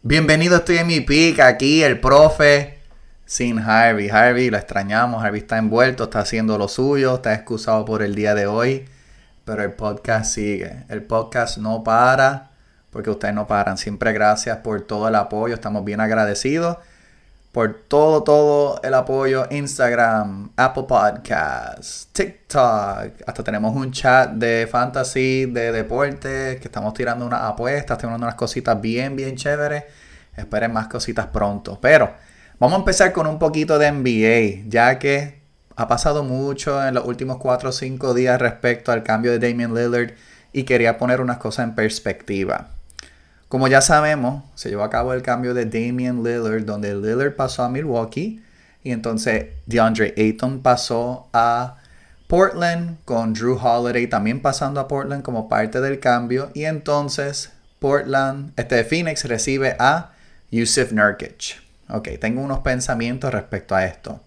Bienvenido, estoy en mi pick, aquí el profe sin Harvey. Harvey, lo extrañamos, Harvey está envuelto, está haciendo lo suyo, está excusado por el día de hoy, pero el podcast sigue. El podcast no para, porque ustedes no paran. Siempre gracias por todo el apoyo, estamos bien agradecidos por todo el apoyo. Instagram, Apple Podcasts, TikTok, hasta tenemos un chat de fantasy, de deportes, que estamos tirando unas apuestas, tirando unas cositas bien chéveres. Esperen más cositas pronto. Pero vamos a empezar con un poquito de NBA, ya que ha pasado mucho en los últimos 4 o 5 días respecto al cambio de Damian Lillard y quería poner unas cosas en perspectiva. Como ya sabemos, se llevó a cabo el cambio de Damian Lillard, donde Lillard pasó a Milwaukee y entonces DeAndre Ayton pasó a Portland con Jrue Holiday también pasando a Portland como parte del cambio, y entonces Phoenix recibe a Jusuf Nurkic. Ok, tengo unos pensamientos respecto a esto.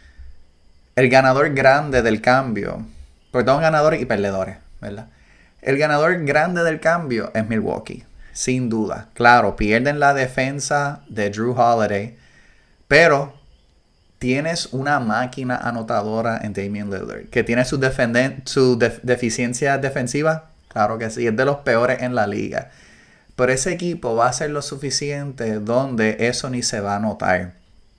El ganador grande del cambio, perdón, ganadores y perdedores, ¿verdad? El ganador grande del cambio es Milwaukee, sin duda. Claro, pierden la defensa de Jrue Holiday, pero tienes una máquina anotadora en Damian Lillard, que tiene su deficiencia defensiva. Claro que sí, es de los peores en la liga. Pero ese equipo va a ser lo suficiente donde eso ni se va a notar.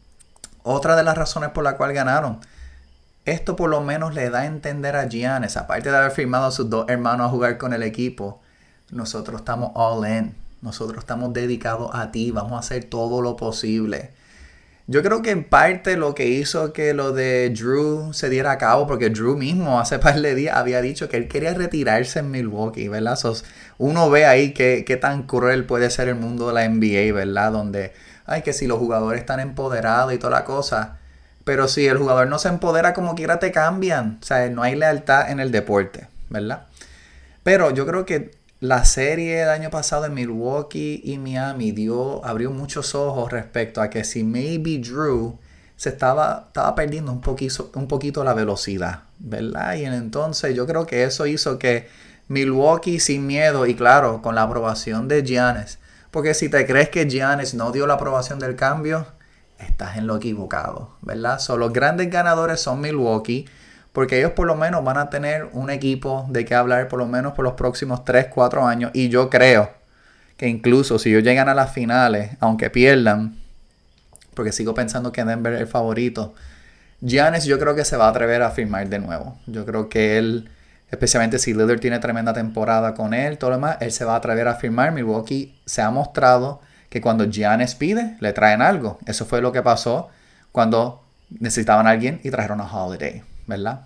Otra de las razones por la cual ganaron, esto por lo menos le da a entender a Giannis, aparte de haber firmado a sus 2 hermanos a jugar con el equipo, nosotros estamos all in, nosotros estamos dedicados a ti, vamos a hacer todo lo posible. Yo creo que en parte lo que hizo que lo de Jrue se diera a cabo, porque Jrue mismo hace par de días había dicho que él quería retirarse en Milwaukee, ¿verdad? Uno ve ahí qué tan cruel puede ser el mundo de la NBA, ¿verdad? Donde, que si los jugadores están empoderados y toda la cosa, pero si el jugador no se empodera como quiera te cambian. O sea, no hay lealtad en el deporte, ¿verdad? Pero yo creo que la serie del año pasado en Milwaukee y Miami abrió muchos ojos respecto a que si maybe Jrue estaba perdiendo un poquito la velocidad, ¿verdad? Y entonces yo creo que eso hizo que Milwaukee sin miedo, y claro, con la aprobación de Giannis, porque si te crees que Giannis no dio la aprobación del cambio, estás en lo equivocado, ¿verdad? Los grandes ganadores son Milwaukee, porque ellos por lo menos van a tener un equipo de qué hablar por lo menos por los próximos 3-4 años. Y yo creo que incluso si ellos llegan a las finales, aunque pierdan, porque sigo pensando que Denver es el favorito, Giannis yo creo que se va a atrever a firmar de nuevo. Yo creo que él, especialmente si Lillard tiene tremenda temporada con él, todo lo demás, él se va a atrever a firmar. Milwaukee se ha mostrado que cuando Giannis pide, le traen algo. Eso fue lo que pasó cuando necesitaban a alguien y trajeron a Holiday, ¿verdad?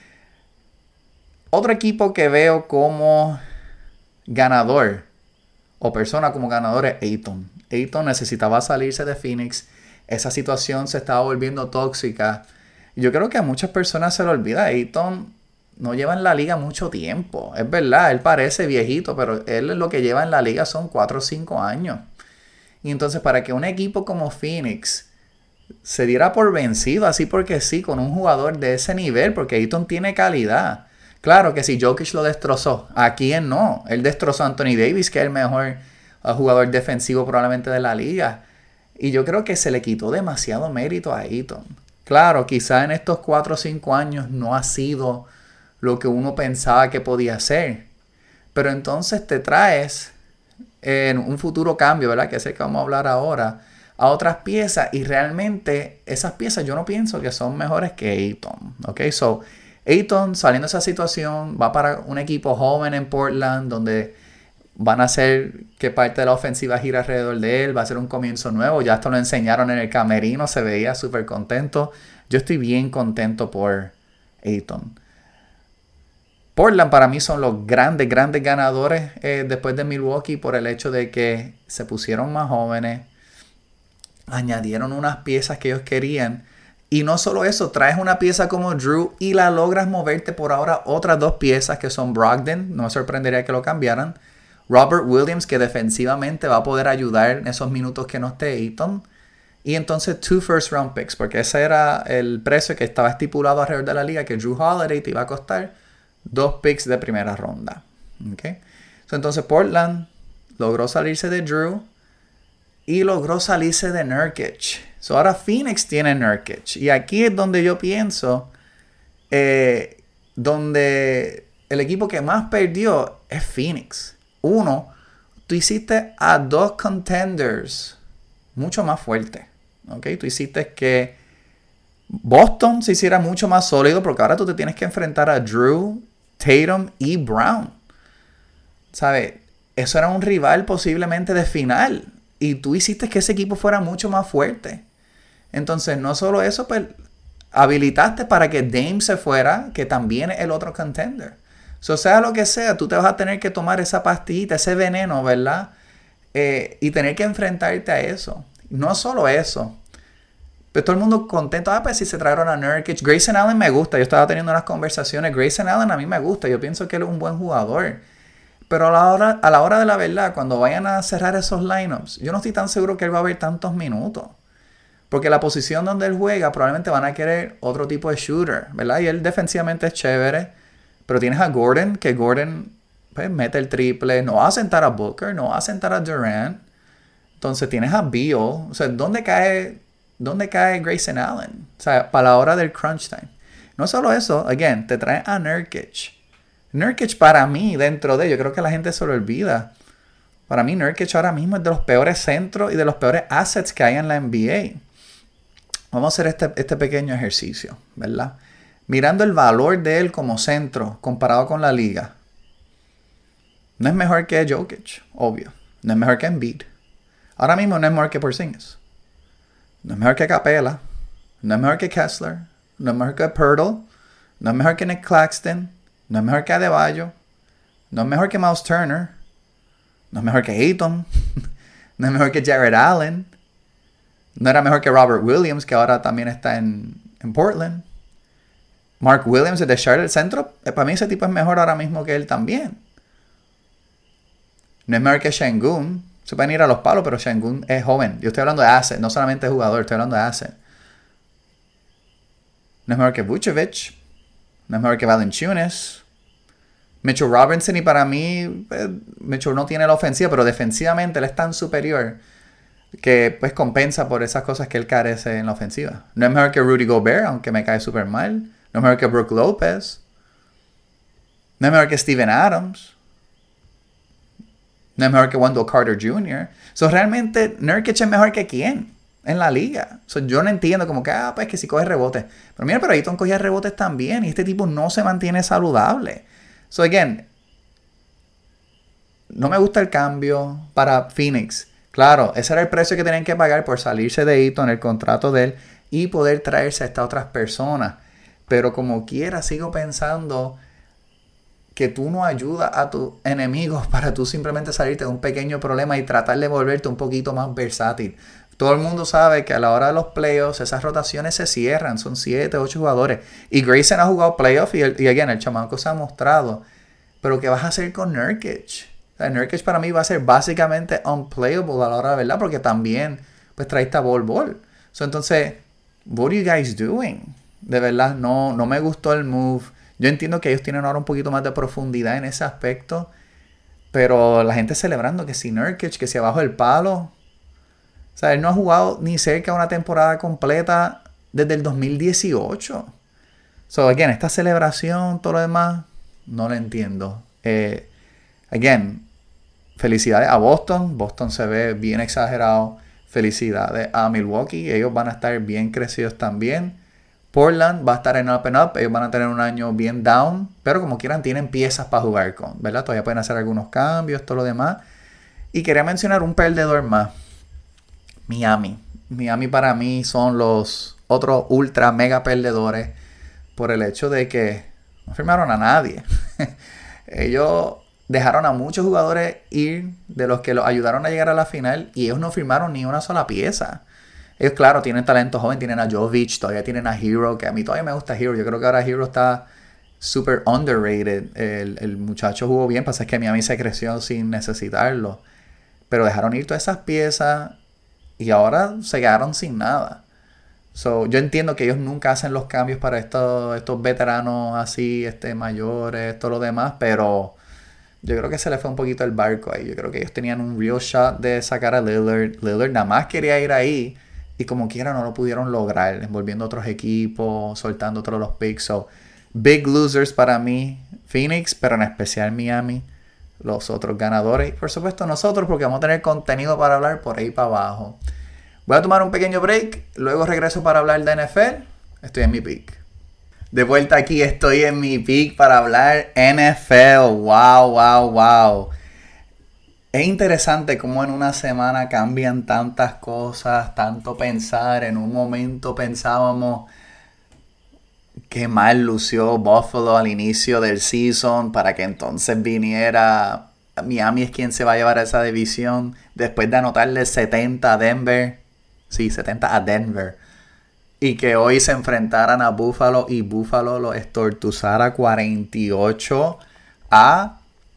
Otro equipo que veo como ganador o persona como ganador es Ayton. Ayton necesitaba salirse de Phoenix. Esa situación se estaba volviendo tóxica. Yo creo que a muchas personas se le olvida. Ayton no lleva en la liga mucho tiempo. Es verdad, él parece viejito, pero él lo que lleva en la liga son 4 o 5 años. Y entonces para que un equipo como Phoenix se diera por vencido así porque sí, con un jugador de ese nivel, porque Ayton tiene calidad. Claro que si Jokic lo destrozó, ¿a quién no? Él destrozó a Anthony Davis, que es el mejor jugador defensivo probablemente de la liga. Y yo creo que se le quitó demasiado mérito a Ayton. Claro, quizá en estos 4 o 5 años no ha sido lo que uno pensaba que podía ser. Pero entonces te traes en un futuro cambio, ¿verdad? Que es el que vamos a hablar ahora, a otras piezas, y realmente esas piezas yo no pienso que son mejores que Ayton, ¿ok? Ayton saliendo de esa situación va para un equipo joven en Portland donde van a hacer que parte de la ofensiva gire alrededor de él, va a ser un comienzo nuevo, ya esto lo enseñaron en el camerino, se veía súper contento. Yo estoy bien contento por Ayton. Portland para mí son los grandes ganadores después de Milwaukee por el hecho de que se pusieron más jóvenes, añadieron unas piezas que ellos querían. Y no solo eso, traes una pieza como Jrue y la logras moverte por ahora otras 2 piezas que son Brogdon, no me sorprendería que lo cambiaran, Robert Williams, que defensivamente va a poder ayudar en esos minutos que no esté Ayton, y entonces 2 first round picks, porque ese era el precio que estaba estipulado alrededor de la liga, que Jrue Holiday te iba a costar 2 picks de primera ronda. ¿Okay? Entonces Portland logró salirse de Jrue y logró salirse de Nurkic. So ahora Phoenix tiene Nurkic. Y aquí es donde yo pienso, donde el equipo que más perdió es Phoenix. Uno, tú hiciste a dos contenders mucho más fuertes. ¿Okay? Tú hiciste que Boston se hiciera mucho más sólido porque ahora tú te tienes que enfrentar a Drew, Tatum y Brown. ¿Sabes? Eso era un rival posiblemente de final. Y tú hiciste que ese equipo fuera mucho más fuerte. Entonces, no solo eso, pues habilitaste para que Dame se fuera, que también es el otro contender. So, sea lo que sea, tú te vas a tener que tomar esa pastillita, ese veneno, ¿verdad? Y tener que enfrentarte a eso. No solo eso. Pero todo el mundo contento. Pues si se trajeron a Nurkic. Grayson Allen me gusta. Yo estaba teniendo unas conversaciones. Grayson Allen a mí me gusta. Yo pienso que él es un buen jugador. Pero a la hora de la verdad, cuando vayan a cerrar esos lineups, yo no estoy tan seguro que él va a ver tantos minutos. Porque la posición donde él juega probablemente van a querer otro tipo de shooter, ¿verdad? Y él defensivamente es chévere. Pero tienes a Gordon, que Gordon pues, mete el triple. No va a sentar a Booker, no va a sentar a Durant. Entonces tienes a Beal. O sea, ¿dónde cae Grayson Allen? O sea, para la hora del crunch time. No solo eso, again, te traen a Nurkic. Nurkic para mí, dentro de, yo creo que la gente se lo olvida. Para mí Nurkic ahora mismo es de los peores centros y de los peores assets que hay en la NBA. Vamos a hacer este pequeño ejercicio, ¿verdad? Mirando el valor de él como centro comparado con la liga. No es mejor que Jokic, obvio. No es mejor que Embiid. Ahora mismo no es mejor que Porzingis. No es mejor que Capela. No es mejor que Kessler. No es mejor que Pirtle. No es mejor que Nick Claxton. No es mejor que Adebayo. No es mejor que Miles Turner. No es mejor que Ayton. No es mejor que Jared Allen. No era mejor que Robert Williams, que ahora también está en Portland. Mark Williams, el de Charlotte Centro. Para mí ese tipo es mejor ahora mismo que él también. No es mejor que Şengün. Se pueden ir a los palos, pero Şengün es joven. Yo estoy hablando de asset, no solamente de jugador, estoy hablando de asset. No es mejor que Vucevic. No es mejor que Valanciunas. Mitchell Robinson, y para mí, Mitchell no tiene la ofensiva, pero defensivamente él es tan superior que pues compensa por esas cosas que él carece en la ofensiva. No es mejor que Rudy Gobert, aunque me cae súper mal. No es mejor que Brook Lopez. No es mejor que Steven Adams. No es mejor que Wendell Carter Jr. So, realmente, Nurkic es mejor que quién en la liga. So, yo no entiendo como que, pues que si coge rebotes. Pero mira, pero Ayton cogía rebotes también. Y este tipo no se mantiene saludable. So, again, no me gusta el cambio para Phoenix. Claro, ese era el precio que tenían que pagar por salirse de Ayton, el contrato de él, y poder traerse a estas otras personas. Pero como quiera, sigo pensando que tú no ayudas a tus enemigos para tú simplemente salirte de un pequeño problema y tratar de volverte un poquito más versátil. Todo el mundo sabe que a la hora de los playoffs esas rotaciones se cierran, son 7, 8 jugadores. Y Grayson ha jugado playoffs y again, el chamaco se ha mostrado. Pero ¿qué vas a hacer con Nurkic? O sea, Nurkic para mí va a ser básicamente unplayable a la hora de verdad, porque también pues trae a ball. So, entonces, what are you guys doing? De verdad, no me gustó el move. Yo entiendo que ellos tienen ahora un poquito más de profundidad en ese aspecto. Pero la gente celebrando que si Nurkic, que si abajo del palo. O sea, él no ha jugado ni cerca de una temporada completa desde el 2018. So, again, esta celebración, todo lo demás, no lo entiendo. Again, felicidades a Boston. Boston se ve bien exagerado. Felicidades a Milwaukee. Ellos van a estar bien crecidos también. Portland va a estar en up and up. Ellos van a tener un año bien down. Pero como quieran, tienen piezas para jugar con, ¿verdad? Todavía pueden hacer algunos cambios, todo lo demás. Y quería mencionar un perdedor más. Miami. Miami para mí son los otros ultra mega perdedores. Por el hecho de que no firmaron a nadie. Ellos dejaron a muchos jugadores ir, de los que los ayudaron a llegar a la final. Y ellos no firmaron ni una sola pieza. Ellos, claro, tienen talento joven, tienen a Jovic, todavía tienen a Hero, que a mí todavía me gusta Hero. Yo creo que ahora Hero está súper underrated. El muchacho jugó bien, pasa es que Miami se creció sin necesitarlo. Pero dejaron ir todas esas piezas y ahora se quedaron sin nada. So, yo entiendo que ellos nunca hacen los cambios para estos veteranos así, mayores, todo lo demás, pero yo creo que se le fue un poquito el barco ahí. Yo creo que ellos tenían un real shot de sacar a Lillard. Lillard nada más quería ir ahí y como quiera no lo pudieron lograr, envolviendo otros equipos, soltando otros los picks. So, big losers para mí, Phoenix, pero en especial Miami, los otros ganadores. Y por supuesto nosotros, porque vamos a tener contenido para hablar por ahí para abajo. Voy a tomar un pequeño break, luego regreso para hablar de NFL. Estoy en mi pick. De vuelta aquí, estoy en mi pick para hablar NFL. Wow. Es interesante cómo en una semana cambian tantas cosas, tanto pensar. En un momento pensábamos qué mal lució Buffalo al inicio del season para que entonces viniera Miami es quien se va a llevar a esa división después de anotarle 70 a Denver. Sí, 70 a Denver. Y que hoy se enfrentaran a Buffalo y Buffalo lo estortuzara 48 a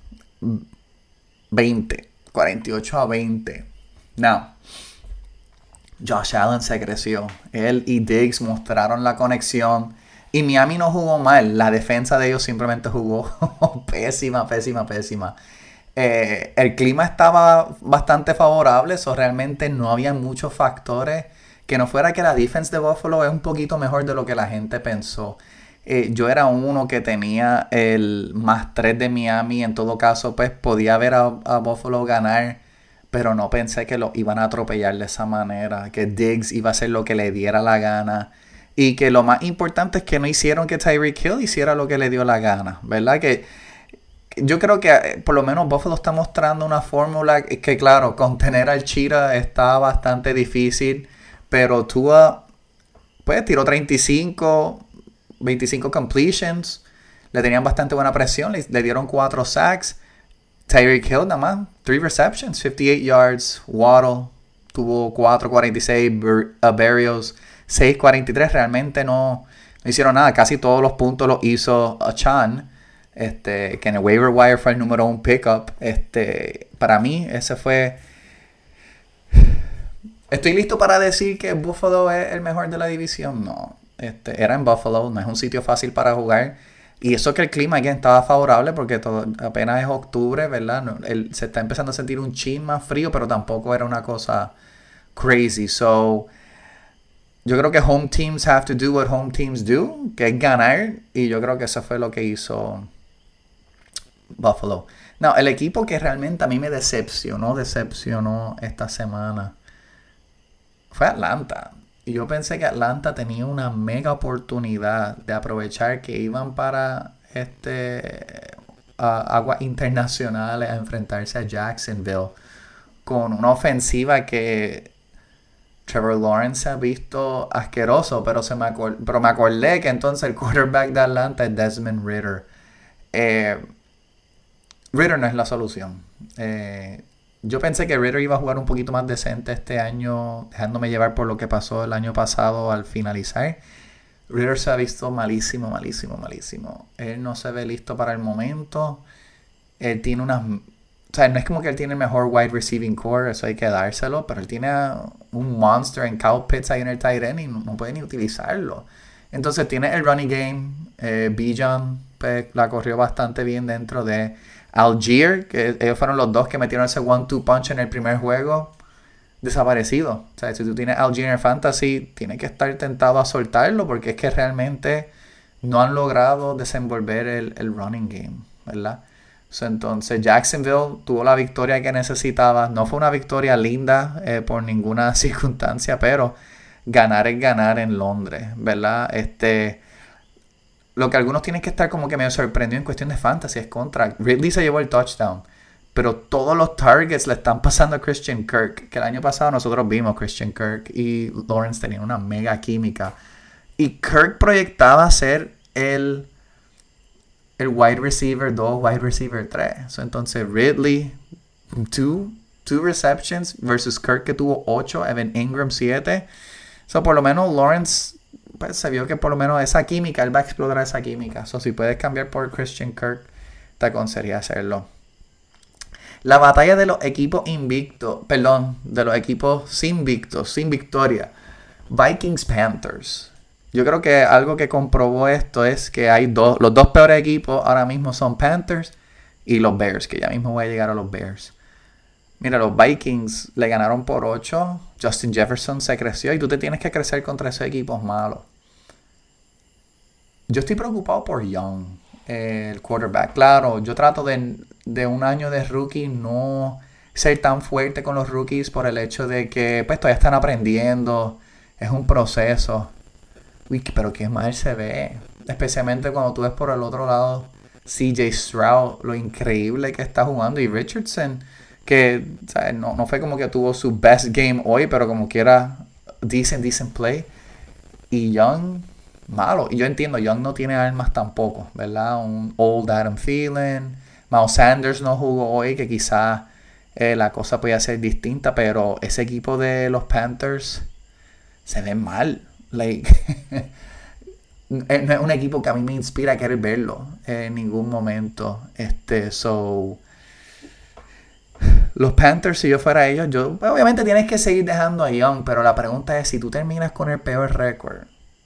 20. 48 a 20. Now, Josh Allen se creció. Él y Diggs mostraron la conexión. Y Miami no jugó mal. La defensa de ellos simplemente jugó pésima. El clima estaba bastante favorable. Eso realmente no había muchos factores. Que no fuera que la defense de Buffalo es un poquito mejor de lo que la gente pensó. Yo era uno que tenía el +3 de Miami. En todo caso, pues podía ver a Buffalo ganar. Pero no pensé que lo iban a atropellar de esa manera. Que Diggs iba a hacer lo que le diera la gana. Y que lo más importante es que no hicieron que Tyreek Hill hiciera lo que le dio la gana. ¿Verdad? Que yo creo que por lo menos Buffalo está mostrando una fórmula que claro, contener al Cheetah está bastante difícil. Pero Tua, pues, tiró 25 completions. Le tenían bastante buena presión. Le dieron 4 sacks. Tyreek Hill nada más, 3 receptions, 58 yards. Waddle tuvo 4.46. Berrios, 6.43. Realmente no hicieron nada. Casi todos los puntos los hizo Chan. Que en el waiver wire fue el número 1 pickup. Para mí, ese fue... ¿Estoy listo para decir que Buffalo es el mejor de la división? No. Era en Buffalo, no es un sitio fácil para jugar. Y eso que el clima aquí estaba favorable porque apenas es octubre, ¿verdad? Se está empezando a sentir un chin más frío, pero tampoco era una cosa crazy. So, yo creo que home teams have to do what home teams do, que es ganar. Y yo creo que eso fue lo que hizo Buffalo. No, el equipo que realmente a mí me decepcionó esta semana fue Atlanta. Y yo pensé que Atlanta tenía una mega oportunidad de aprovechar que iban para aguas internacionales a enfrentarse a Jacksonville con una ofensiva que Trevor Lawrence ha visto asqueroso, pero me acordé que entonces el quarterback de Atlanta es Desmond Ridder. Ridder no es la solución. Yo pensé que Ridder iba a jugar un poquito más decente este año, dejándome llevar por lo que pasó el año pasado al finalizar. Ridder se ha visto malísimo. Él no se ve listo para el momento. Él tiene unas... O sea, no es como que él tiene el mejor wide receiving core, eso hay que dárselo, pero él tiene un monster en Kyle Pitts ahí en el tight end y no puede ni utilizarlo. Entonces tiene el running game. Bijan pues, la corrió bastante bien dentro de... Algier, que ellos fueron los dos que metieron ese 1-2 punch en el primer juego, desaparecido. O sea, si tú tienes Algier en Fantasy, tienes que estar tentado a soltarlo porque es que realmente no han logrado desenvolver el running game, ¿verdad? Entonces Jacksonville tuvo la victoria que necesitaba. No fue una victoria linda por ninguna circunstancia, pero ganar es ganar en Londres, ¿verdad? Lo que algunos tienen que estar como que medio sorprendidos en cuestión de fantasy es contra. Ridley se llevó el touchdown, pero todos los targets le están pasando a Christian Kirk. Que el año pasado nosotros vimos Christian Kirk y Lawrence tenían una mega química. Y Kirk proyectaba ser el wide receiver 2, wide receiver 3. Entonces Ridley, 2 receptions versus Kirk que tuvo 8, Evan Ingram 7. Por lo menos Lawrence... Pues se vio que por lo menos esa química, él va a explorar esa química. Si puedes cambiar por Christian Kirk, te aconsejaría hacerlo. La batalla de los equipos de los equipos sin victoria. Vikings-Panthers. Yo creo que algo que comprobó esto es que hay los dos peores equipos ahora mismo son Panthers Y los Bears, que ya mismo voy a llegar a los Bears. Mira, los Vikings le ganaron por 8. Justin Jefferson se creció y tú te tienes que crecer contra esos equipos malos. Yo estoy preocupado por Young, el quarterback. Claro, yo trato de un año de rookie no ser tan fuerte con los rookies por el hecho de que pues todavía están aprendiendo. Es un proceso. Uy, pero qué mal se ve. Especialmente cuando tú ves por el otro lado CJ Stroud, lo increíble que está jugando. Y Richardson, que ¿sabes? No fue como que tuvo su best game hoy, pero como quiera, decent play. Y Young, malo. Y yo entiendo, Young no tiene armas tampoco, ¿verdad? Un old Adam Thielen. Miles Sanders no jugó hoy, que quizás la cosa podía ser distinta, pero ese equipo de los Panthers se ve mal. Like, no es un equipo que a mí me inspira a querer verlo en ningún momento. Los Panthers, si yo fuera ellos, pues obviamente tienes que seguir dejando a Young, pero la pregunta es, si tú terminas con el peor récord,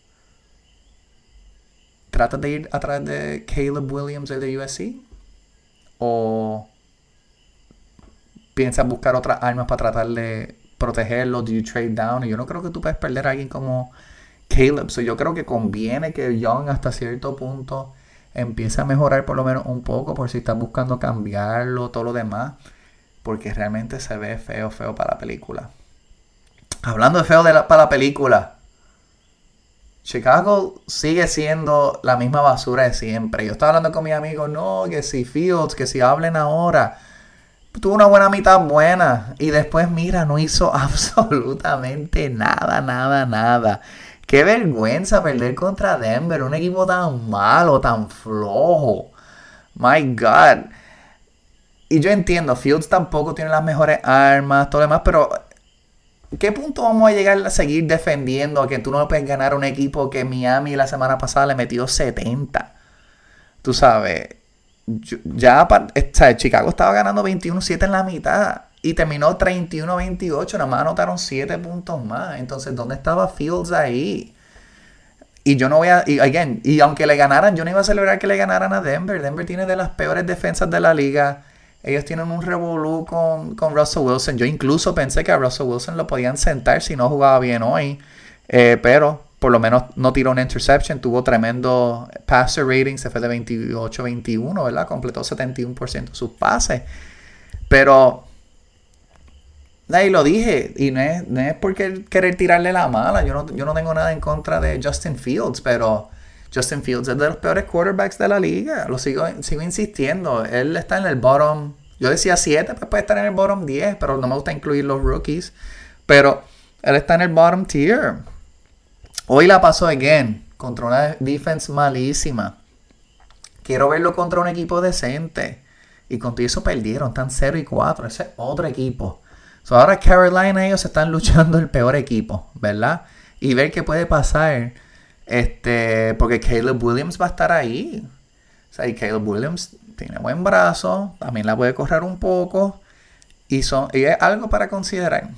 ¿tratas de ir a través de Caleb Williams de USC? ¿O piensas buscar otras armas para tratar de protegerlo? ¿Do you trade down? Y yo no creo que tú puedes perder a alguien como Caleb. Yo creo que conviene que Young hasta cierto punto empiece a mejorar por lo menos un poco, por si estás buscando cambiarlo, todo lo demás, porque realmente se ve feo para la película. Hablando de feo para la película, Chicago sigue siendo la misma basura de siempre. Yo estaba hablando con mis amigos, no, que si Fields, que si hablen ahora. Tuvo una buena mitad buena. Y después, mira, no hizo absolutamente nada. Qué vergüenza perder contra Denver. Un equipo tan malo, tan flojo. My God. Y yo entiendo, Fields tampoco tiene las mejores armas, todo lo demás, pero ¿qué punto vamos a llegar a seguir defendiendo a que tú no puedes ganar un equipo que Miami la semana pasada le metió 70? Tú sabes, Chicago estaba ganando 21-7 en la mitad y terminó 31-28, nada más anotaron 7 puntos más. Entonces, ¿dónde estaba Fields ahí? Y yo no voy a... Y aunque le ganaran, yo no iba a celebrar que le ganaran a Denver. Denver tiene de las peores defensas de la liga. Ellos tienen un revolú con Russell Wilson. Yo incluso pensé que a Russell Wilson lo podían sentar si no jugaba bien hoy. Pero por lo menos no tiró una interception. Tuvo tremendo passer rating. Se fue de 28-21, ¿verdad? Completó 71% de sus pases. Pero... ahí lo dije. Y no es por querer tirarle la mala. Yo no tengo nada en contra de Justin Fields. Pero... Justin Fields es de los peores quarterbacks de la liga. Lo sigo insistiendo. Él está en el bottom. Yo decía 7, pues puede estar en el bottom 10. Pero no me gusta incluir los rookies. Pero él está en el bottom tier. Hoy la pasó again. Contra una defense malísima. Quiero verlo contra un equipo decente. Y contra eso perdieron. Están 0-4. Ese es otro equipo. Ahora Carolina, ellos están luchando el peor equipo, ¿verdad? Y ver qué puede pasar. Porque Caleb Williams va a estar ahí. Y Caleb Williams tiene buen brazo, también la puede correr un poco. Y es algo para considerar.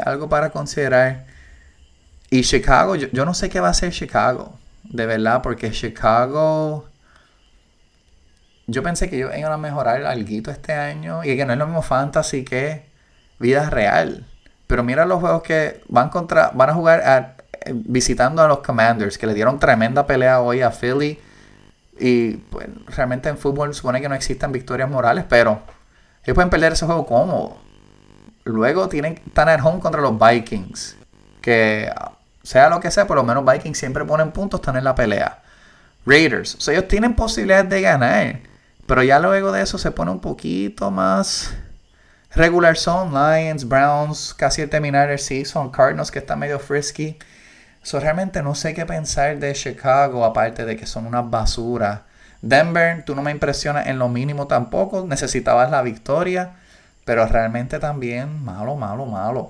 Y Chicago, yo no sé qué va a hacer Chicago. De verdad, porque Chicago... Yo pensé que ellos iban a mejorar algo este año. Y que no es lo mismo fantasy que vida real. Pero mira los juegos que van a jugar visitando a los Commanders, que le dieron tremenda pelea hoy a Philly. Y pues realmente en fútbol supone que no existen victorias morales, pero ellos pueden perder ese juego cómodo. Luego están at home contra los Vikings, que sea lo que sea, por lo menos Vikings siempre ponen puntos, están en la pelea. Raiders, ellos tienen posibilidades de ganar, pero ya luego de eso se pone un poquito más regular zone. Lions, Browns, casi al terminar el season, Cardinals, que está medio frisky. Realmente no sé qué pensar de Chicago, aparte de que son unas basuras. Denver, tú no me impresionas en lo mínimo tampoco. Necesitabas la victoria, pero realmente también malo.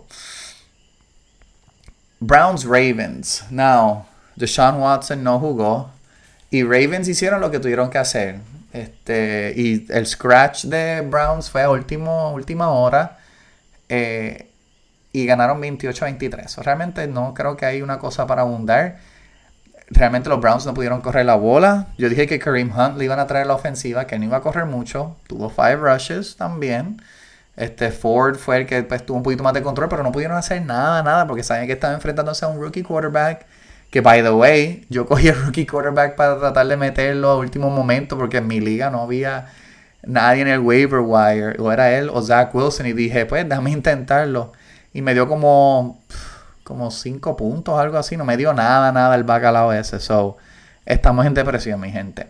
Browns, Ravens. Now, Deshaun Watson no jugó. Y Ravens hicieron lo que tuvieron que hacer. Y el scratch de Browns fue a última hora. Y ganaron 28-23. Realmente no creo que hay una cosa para abundar. realmente los Browns no pudieron correr la bola. Yo dije que Kareem Hunt le iban a traer la ofensiva, que no iba a correr mucho. Tuvo 5 rushes también. Ford fue el que pues, tuvo un poquito más de control, pero no pudieron hacer nada, porque sabían que estaban enfrentándose a un rookie quarterback. Que, by the way, yo cogí el rookie quarterback para tratar de meterlo a último momento, porque en mi liga no había nadie en el waiver wire. O era él o Zach Wilson. Y dije, pues, déjame intentarlo. Y me dio como 5 puntos, algo así. No me dio nada el bacalao ese. So, estamos en depresión, mi gente.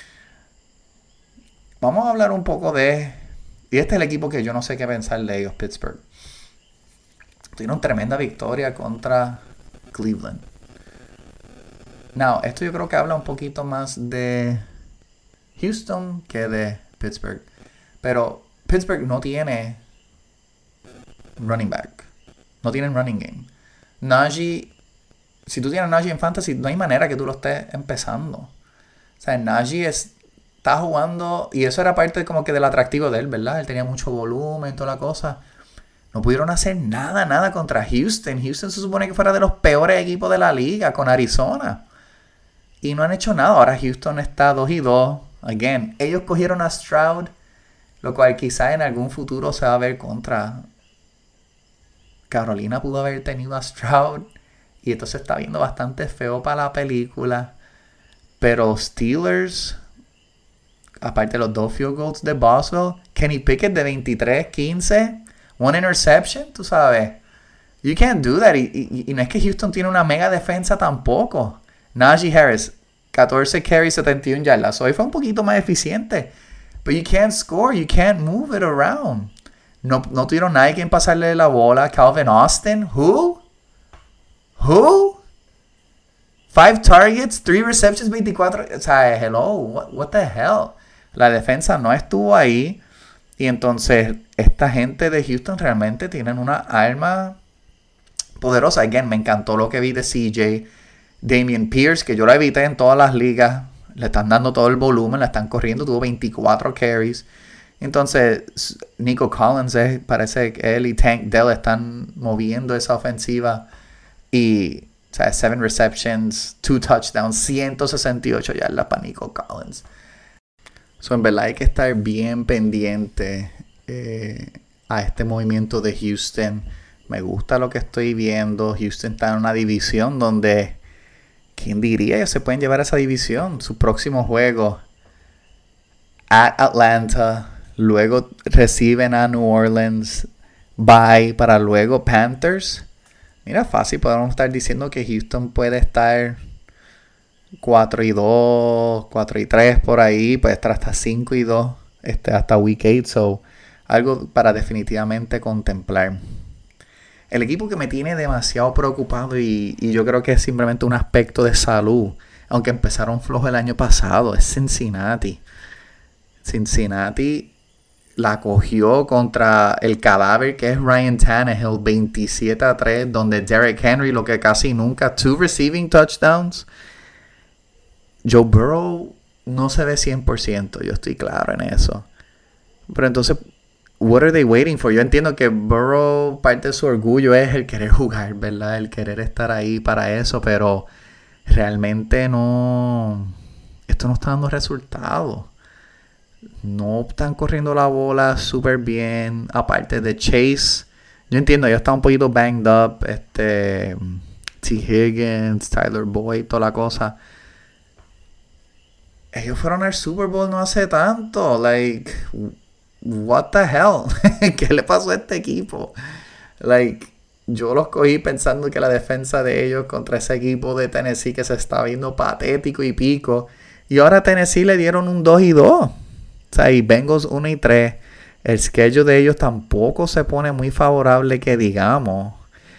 Vamos a hablar un poco de... Y este es el equipo que yo no sé qué pensar de ellos, Pittsburgh. Tuvieron tremenda victoria contra Cleveland. Now, esto yo creo que habla un poquito más de Houston que de Pittsburgh. Pero Pittsburgh no tiene running back. No tienen running game. Najee, si tú tienes Najee en Fantasy, no hay manera que tú lo estés empezando. O sea, Najee está jugando, y eso era parte como que del atractivo de él, ¿verdad? Él tenía mucho volumen, toda la cosa. No pudieron hacer nada contra Houston. Houston se supone que fuera de los peores equipos de la liga con Arizona. Y no han hecho nada. Ahora Houston está 2-2. Again, ellos cogieron a Stroud, lo cual quizá en algún futuro se va a ver contra... Carolina pudo haber tenido a Stroud. Y esto se está viendo bastante feo para la película. Pero Steelers, aparte de los 2 field goals de Boswell, Kenny Pickett de 23-15, 1 interception, tú sabes. You can't do that. Y no es que Houston tiene una mega defensa tampoco. Najee Harris, 14 carries, 71 yardas. Hoy fue un poquito más eficiente. But you can't score. You can't move it around. No tuvieron nadie quien pasarle la bola. Calvin Austin. Who? 5 targets, 3 receptions, 24. O sea, hello. What the hell? La defensa no estuvo ahí. Y entonces, esta gente de Houston realmente tienen una arma poderosa. Again, me encantó lo que vi de CJ. Damian Pierce, que yo lo evité en todas las ligas. Le están dando todo el volumen, la están corriendo. Tuvo 24 carries. Entonces, Nico Collins, parece que él y Tank Dell están moviendo esa ofensiva. Y, o sea, 7 receptions, 2 touchdowns, 168 yardas para Nico Collins. So, en verdad hay que estar bien pendiente a este movimiento de Houston. Me gusta lo que estoy viendo. Houston está en una división donde, ¿quién diría? Ellos se pueden llevar a esa división. Su próximo juego at Atlanta. Luego reciben a New Orleans. Bye para luego Panthers. Mira, fácil. Podemos estar diciendo que Houston puede estar 4-2, 4-3 por ahí. Puede estar hasta 5-2. Hasta Week 8. So, algo para definitivamente contemplar. El equipo que me tiene demasiado preocupado y yo creo que es simplemente un aspecto de salud, aunque empezaron flojo el año pasado, es Cincinnati. Cincinnati la cogió contra el cadáver que es Ryan Tannehill, 27-3, donde Derrick Henry, lo que casi nunca, 2 receiving touchdowns. Joe Burrow no se ve 100%, yo estoy claro en eso. Pero entonces, what are they waiting for? Yo entiendo que Burrow, parte de su orgullo es el querer jugar, ¿verdad? El querer estar ahí para eso, pero realmente no... Esto no está dando resultados. No están corriendo la bola súper bien. Aparte de Chase, yo entiendo, ya está un poquito banged up. T. Higgins, Tyler Boyd, toda la cosa. Ellos fueron al Super Bowl no hace tanto. Like, what the hell? ¿Qué le pasó a este equipo? Like, yo los cogí pensando que la defensa de ellos contra ese equipo de Tennessee que se está viendo patético y pico. Y ahora a Tennessee le dieron un 2-2. O sea, y Bengals 1-3. El schedule de ellos tampoco se pone muy favorable que digamos.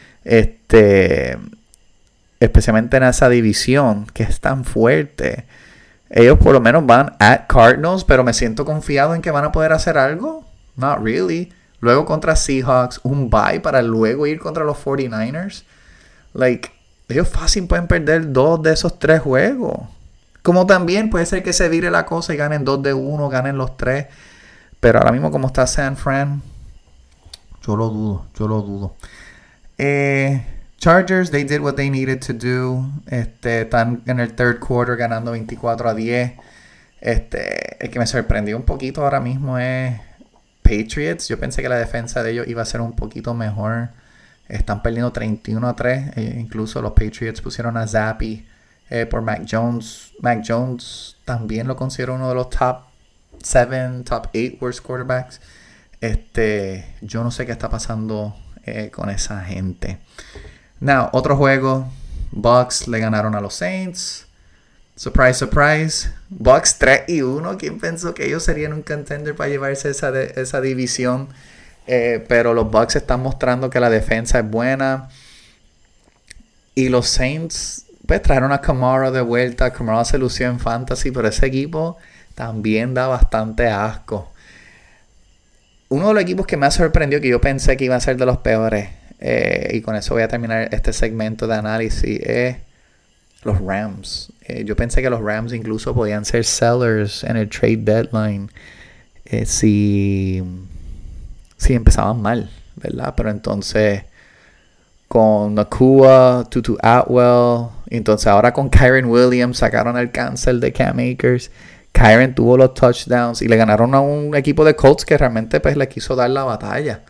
Especialmente en esa división que es tan fuerte. Ellos por lo menos van at Cardinals, pero me siento confiado en que van a poder hacer algo. Not really. Luego contra Seahawks, un bye para luego ir contra los 49ers. Like, ellos fácil pueden perder 2 de esos 3 juegos. Como también puede ser que se vire la cosa y ganen 2-1, ganen los 3. Pero ahora mismo como está San Fran, yo lo dudo. Chargers, they did what they needed to do. Están en el third quarter ganando 24-10. El que me sorprendió un poquito ahora mismo es Patriots. Yo pensé que la defensa de ellos iba a ser un poquito mejor. Están perdiendo 31-3. Incluso los Patriots pusieron a Zappy por Mac Jones. Mac Jones también lo considero uno de los top 7, top 8 worst quarterbacks. Yo no sé qué está pasando con esa gente. Now, otro juego. Bucks le ganaron a los Saints. Surprise, surprise. Bucks 3-1. ¿Quién pensó que ellos serían un contender para llevarse esa división? Pero los Bucks están mostrando que la defensa es buena. Y los Saints pues trajeron a Kamara de vuelta. Kamara se lució en Fantasy, pero ese equipo también da bastante asco. Uno de los equipos que me ha sorprendido, que yo pensé que iba a ser de los peores, y con eso voy a terminar este segmento de análisis, es los Rams. Yo pensé que los Rams incluso podían ser sellers en el trade deadline si empezaban mal, ¿verdad? Pero entonces con Nakua, Tutu Atwell, entonces ahora con Kyren Williams sacaron el cancel de Cam Akers. Kyren tuvo los touchdowns y le ganaron a un equipo de Colts que realmente pues le quiso dar la batalla.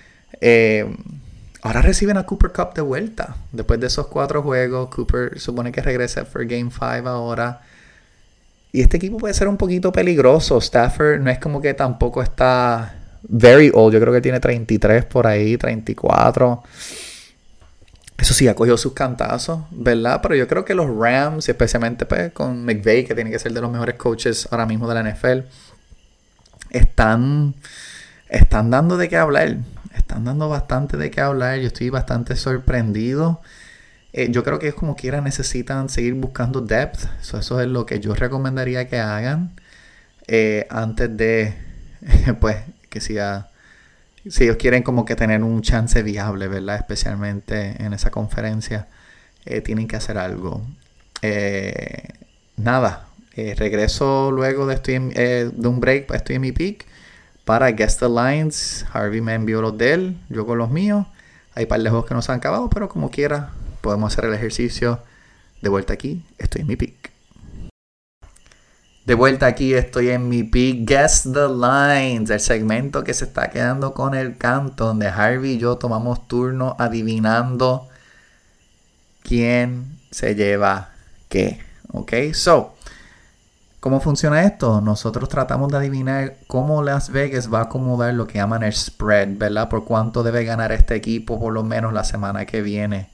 Ahora reciben a Cooper Kupp de vuelta. Después de esos 4 juegos, Cooper supone que regresa for Game 5 ahora. Y este equipo puede ser un poquito peligroso. Stafford no es como que tampoco está very old. Yo creo que tiene 33 por ahí, 34. Eso sí, ha cogido sus cantazos, ¿verdad? Pero yo creo que los Rams, especialmente pues, con McVay, que tiene que ser de los mejores coaches ahora mismo de la NFL, están dando de qué hablar. Están dando bastante de qué hablar. Yo estoy bastante sorprendido. Yo creo que ellos como quiera necesitan seguir buscando depth. Eso es lo que yo recomendaría que hagan. Antes de, pues, que sea... Si ellos quieren como que tener un chance viable, ¿verdad? Especialmente en esa conferencia, tienen que hacer algo. Regreso luego de un break, estoy en mi pick para Guess the Lines. Harvey me envió los de él, yo con los míos. Hay par de juegos que no se han acabado, pero como quiera, podemos hacer el ejercicio. De vuelta aquí, estoy en mi pick. De vuelta aquí, estoy en mi pick Guess the Lines, el segmento que se está quedando con el canto, donde Harvey y yo tomamos turno adivinando quién se lleva qué. ¿Ok? So, ¿cómo funciona esto? Nosotros tratamos de adivinar cómo Las Vegas va a acomodar lo que llaman el spread, ¿verdad? Por cuánto debe ganar este equipo por lo menos la semana que viene.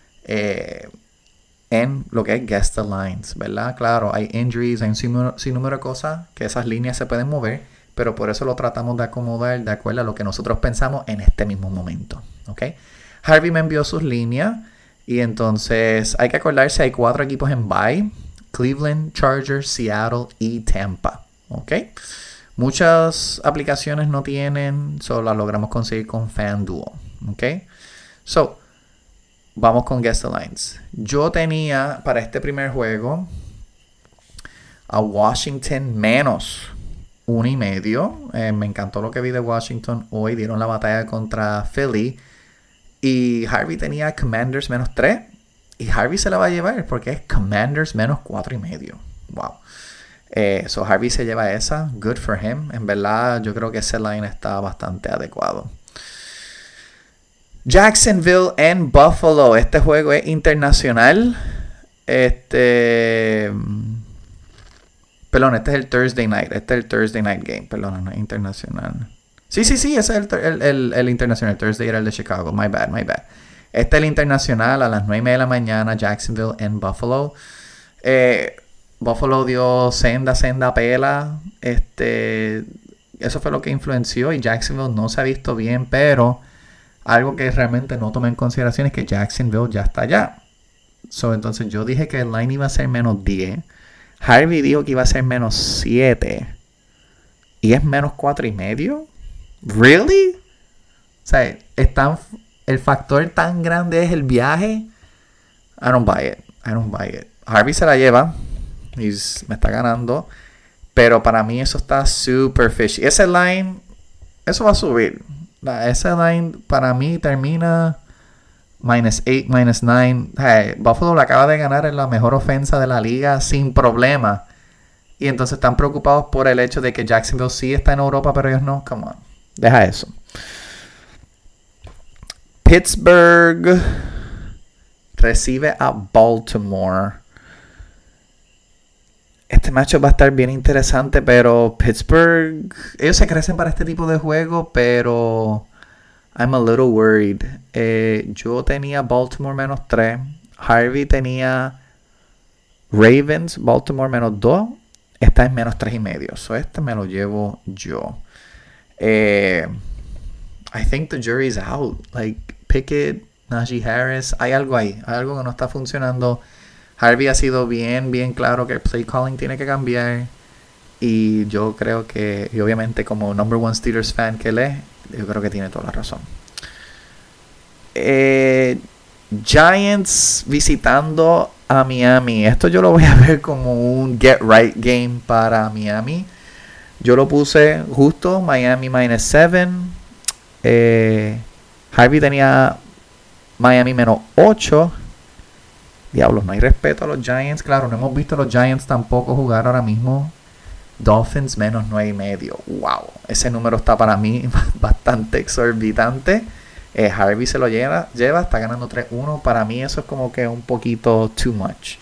En lo que es Guess the Lines, ¿verdad? Claro, hay injuries, hay un sinnúmero de cosas que esas líneas se pueden mover, pero por eso lo tratamos de acomodar de acuerdo a lo que nosotros pensamos en este mismo momento, ¿ok? Harvey me envió sus líneas y entonces hay que acordarse, hay 4 equipos en bye: Cleveland, Chargers, Seattle y Tampa, ¿ok? Muchas aplicaciones no tienen, solo las logramos conseguir con FanDuel, ¿ok? So, vamos con Guess the Lines. Yo tenía para este primer juego a Washington menos 1.5. Me encantó lo que vi de Washington hoy. Dieron la batalla contra Philly. Y Harvey tenía Commanders menos 3. Y Harvey se la va a llevar porque es Commanders menos 4.5. Wow. So Harvey se lleva esa. Good for him. En verdad, yo creo que ese line está bastante adecuado. Jacksonville en Buffalo. Este juego es internacional. Perdón, este es el Thursday night. Este es el Thursday night game. Perdón, no es internacional. Sí, ese es el internacional. Thursday era el de Chicago. My bad. Este es el internacional a las 9:30 de la mañana. Jacksonville en Buffalo. Buffalo dio senda pela. Eso fue lo que influenció. Y Jacksonville no se ha visto bien, pero algo que realmente no tomé en consideración es que Jacksonville ya está allá. Entonces yo dije que el line iba a ser menos 10. Harvey dijo que iba a ser menos 7. Y es menos 4.5. ¿Really? O sea, el factor tan grande es el viaje. I don't buy it. Harvey se la lleva. Me está ganando. Pero para mí eso está super fishy. Ese line, eso va a subir. Ese line para mí termina -8, -9. Hey, Buffalo le acaba de ganar en la mejor ofensa de la liga sin problema. Y entonces están preocupados por el hecho de que Jacksonville sí está en Europa, pero ellos no. Come on. Deja eso. Pittsburgh recibe a Baltimore. Este matchup va a estar bien interesante, pero Pittsburgh, ellos se crecen para este tipo de juego, pero I'm a little worried. Yo tenía Baltimore -3. Harvey tenía Ravens, Baltimore -2. Esta es -3.5. So este me lo llevo yo. I think the jury's out. Like Pickett, Najee Harris, hay algo ahí. Hay algo que no está funcionando. Harvey ha sido bien claro que el play calling tiene que cambiar. Y yo creo que, y obviamente como number one Steelers fan que lee, yo creo que tiene toda la razón. Giants visitando a Miami. Esto yo lo voy a ver como un get right game para Miami. Yo lo puse justo, Miami -7. Harvey tenía Miami -8. Diablos, no hay respeto a los Giants. Claro, no hemos visto a los Giants tampoco jugar ahora mismo. Dolphins -9.5. Wow, ese número está para mí bastante exorbitante. Harvey se lo lleva, está ganando 3-1. Para mí eso es como que un poquito too much.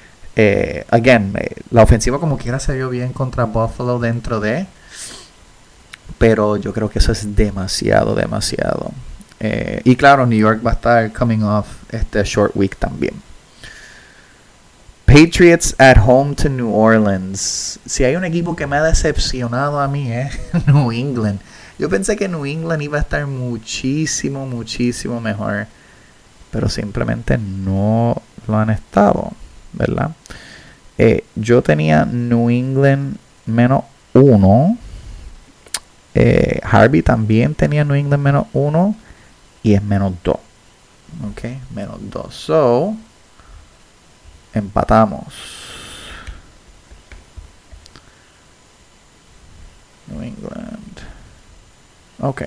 La ofensiva como quiera se vio bien contra Buffalo dentro de, pero yo creo que eso es demasiado. Y claro, New York va a estar coming off este short week también. Patriots at home to New Orleans. Si hay un equipo que me ha decepcionado a mí es New England. Yo pensé que New England iba a estar muchísimo mejor, pero simplemente no lo han estado, ¿verdad? Yo tenía New England -1. Harvey también tenía New England -1 y es -2. Ok, -2. So, empatamos. New England. Ok.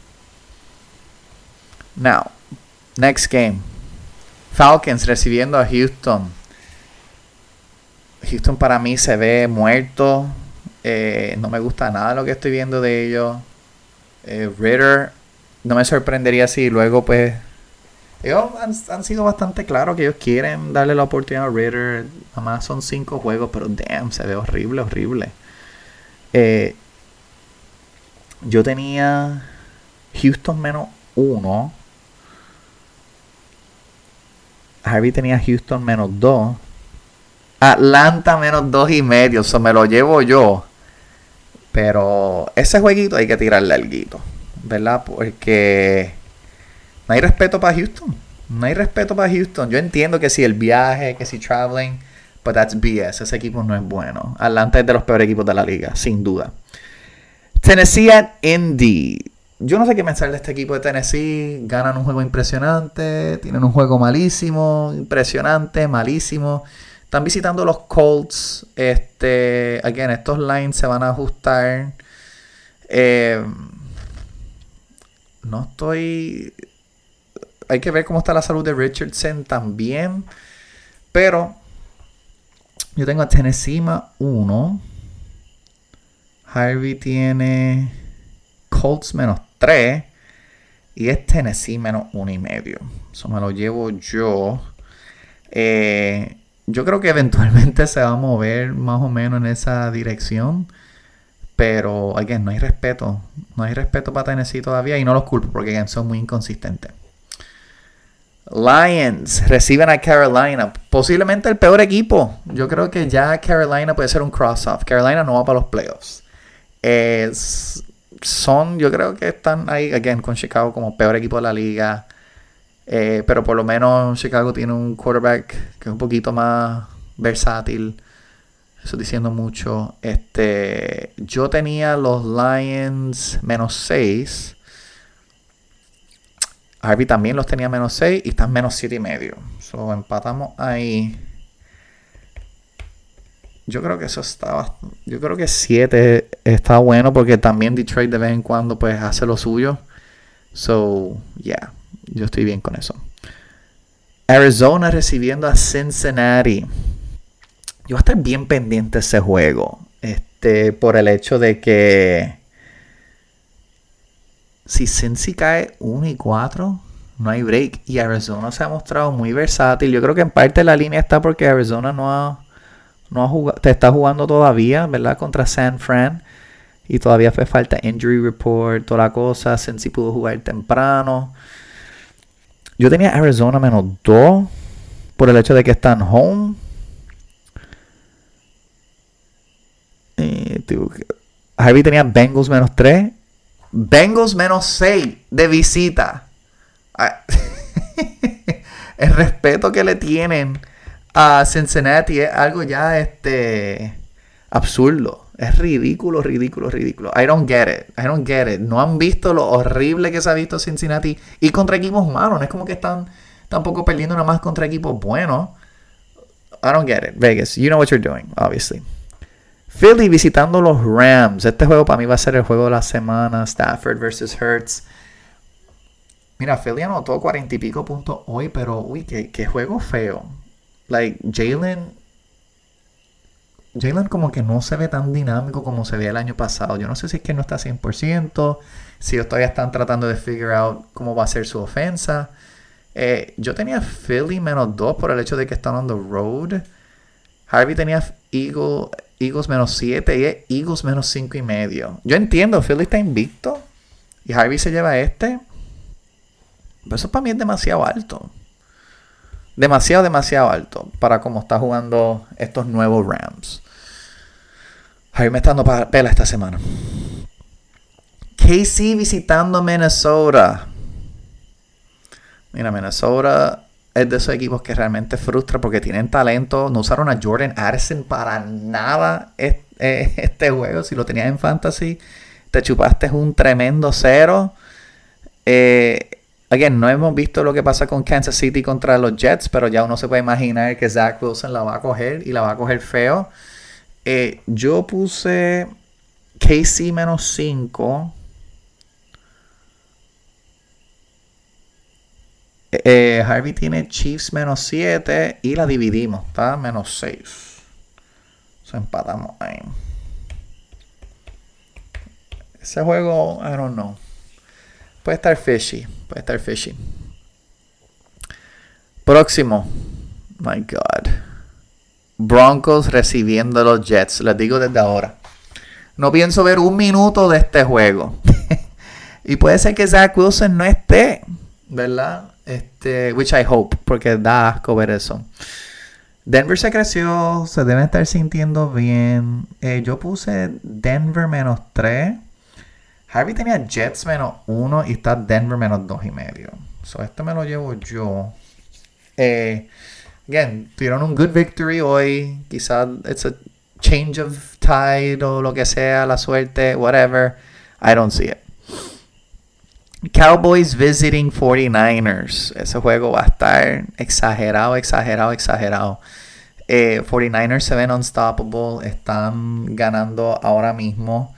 Now, next game. Falcons recibiendo a Houston. Houston para mí se ve muerto. No me gusta nada lo que estoy viendo de ellos. Ridder, no me sorprendería si luego pues... Ellos han sido bastante claros que ellos quieren darle la oportunidad a Ridder. Nada más son 5 juegos, pero damn, se ve horrible. Yo tenía Houston -1. Harvey tenía Houston -2. Atlanta -2.5. Eso me lo llevo yo. Pero ese jueguito hay que tirarle alguito, ¿verdad? Porque no hay respeto para Houston. Yo entiendo que si el viaje, que si traveling, but that's BS. Ese equipo no es bueno. Atlanta es de los peores equipos de la liga, sin duda. Tennessee at Indy. Yo no sé qué pensar de este equipo de Tennessee. Ganan un juego impresionante. Tienen un juego malísimo. Impresionante, malísimo. Están visitando los Colts. Estos lines se van a ajustar. No estoy... Hay que ver cómo está la salud de Richardson también. Pero yo tengo a Tennessee -1. Harvey tiene Colts -3. Y es Tennessee -1.5. Eso me lo llevo yo. Yo creo que eventualmente se va a mover más o menos en esa dirección. Pero, again, no hay respeto. No hay respeto para Tennessee todavía. Y no los culpo porque again, son muy inconsistentes. Lions reciben a Carolina. Posiblemente el peor equipo. Yo creo que ya Carolina puede ser un cross-off. Carolina no va para los playoffs. Yo creo que están ahí, again, con Chicago como peor equipo de la liga. Pero por lo menos Chicago tiene un quarterback que es un poquito más versátil. Eso diciendo mucho. Yo tenía los Lions -6. Harvey también los tenía -6 y están -7.5. So, empatamos ahí. Yo creo que eso estaba... Yo creo que 7 está bueno porque también Detroit de vez en cuando pues hace lo suyo. So, yeah. Yo estoy bien con eso. Arizona recibiendo a Cincinnati. Yo voy a estar bien pendiente de ese juego. Por el hecho de que si Cincy cae 1-4, no hay break. Y Arizona se ha mostrado muy versátil. Yo creo que en parte la línea está porque Arizona no ha jugado, te está jugando todavía, ¿verdad? Contra San Fran. Y todavía hace falta injury report, toda la cosa. Cincy pudo jugar temprano. Yo tenía Arizona -2 por el hecho de que están home. Harvey tenía Bengals -3. Bengals -6 de visita. El respeto que le tienen a Cincinnati es algo ya absurdo. Es ridículo. I don't get it. No han visto lo horrible que se ha visto Cincinnati y contra equipos malos. No es como que están tampoco perdiendo nada más contra equipos buenos. I don't get it. Vegas, you know what you're doing, obviously. Philly visitando los Rams. Este juego para mí va a ser el juego de la semana. Stafford versus Hurts. Mira, Philly anotó 40 y pico puntos hoy, pero uy, qué juego feo. Like, Jalen como que no se ve tan dinámico como se veía el año pasado. Yo no sé si es que no está 100%, si ellos todavía están tratando de figure out cómo va a ser su ofensa. Yo tenía Philly -2 por el hecho de que están on the road. Harvey tenía Eagles -7 y Eagles -5.5. Yo entiendo, Philly está invicto y Harvey se lleva pero eso para mí es demasiado alto. Demasiado alto para cómo está jugando estos nuevos Rams. Harvey me está dando pela esta semana. KC visitando Minnesota. Mira, Minnesota es de esos equipos que realmente frustra porque tienen talento. No usaron a Jordan Addison para nada este juego. Si lo tenías en Fantasy, te chupaste un tremendo 0. Again, no hemos visto lo que pasa con Kansas City contra los Jets, pero ya uno se puede imaginar que Zach Wilson la va a coger y la va a coger feo. Yo puse KC -5. Harvey tiene Chiefs -7 y la dividimos, está -6. So, empatamos ahí. Ese juego, I don't know. Puede estar fishy. Próximo. My God. Broncos recibiendo a los Jets. Les digo desde ahora. No pienso ver un minuto de este juego. Y puede ser que Zach Wilson no esté, ¿verdad? Which I hope, porque da asco ver eso. Denver se creció, se deben estar sintiendo bien. Yo puse Denver -3. Harvey tenía Jets -1 y está Denver -2.5. So, esto me lo llevo yo. Again, tuvieron un good victory hoy. Quizás it's a change of tide o lo que sea, la suerte, whatever. I don't see it. Cowboys visiting 49ers. Ese juego va a estar exagerado. 49ers se ven unstoppable. Están ganando ahora mismo.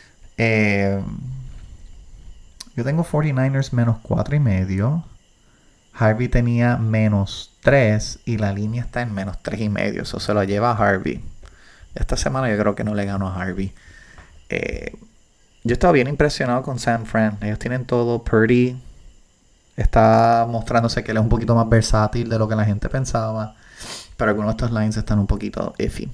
Yo tengo 49ers -4.5. Harvey tenía -3 y la línea está en -3.5. Eso se lo lleva a Harvey. Esta semana yo creo que no le gano a Harvey. Yo estaba bien impresionado con San Fran. Ellos tienen todo. Purdy está mostrándose que él es un poquito más versátil de lo que la gente pensaba. Pero algunos de estos lines están un poquito iffy.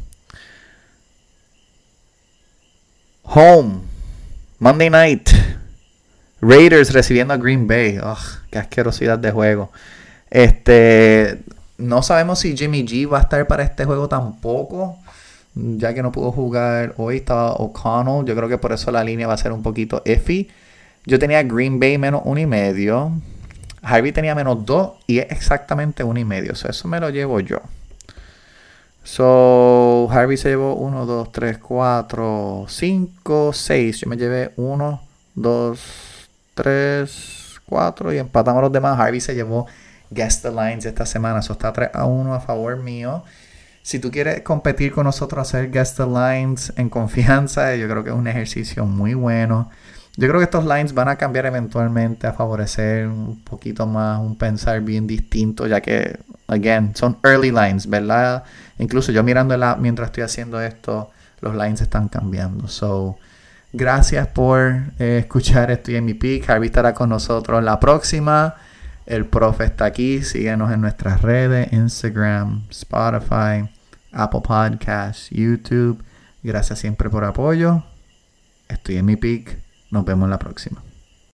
Home. Monday night. Raiders recibiendo a Green Bay. Qué asquerosidad de juego. No sabemos si Jimmy G va a estar para este juego tampoco, ya que no pudo jugar hoy. Estaba O'Connell. Yo creo que por eso la línea va a ser un poquito iffy. Yo tenía Green Bay -1.5. Harvey tenía -2 y es exactamente 1.5. So, eso me lo llevo yo. So, Harvey se llevó 1, 2, 3, 4, 5, 6. Yo me llevé 1, 2, 3, 4 y empatamos los demás. Harvey se llevó Guess the Lines esta semana. Eso está 3-1 a favor mío. Si tú quieres competir con nosotros, hacer Guess the Lines en confianza, yo creo que es un ejercicio muy bueno. Yo creo que estos lines van a cambiar eventualmente a favorecer un poquito más un pensar bien distinto, ya que again, son early lines, ¿verdad? Incluso yo mirando el app mientras estoy haciendo esto, los lines están cambiando. So, gracias por escuchar Estoy en mi peak. Harvey estará con nosotros la próxima. El profe está aquí. Síguenos en nuestras redes, Instagram, Spotify, Apple Podcasts, YouTube. Gracias siempre por apoyo. Estoy en mi peak. Nos vemos la próxima.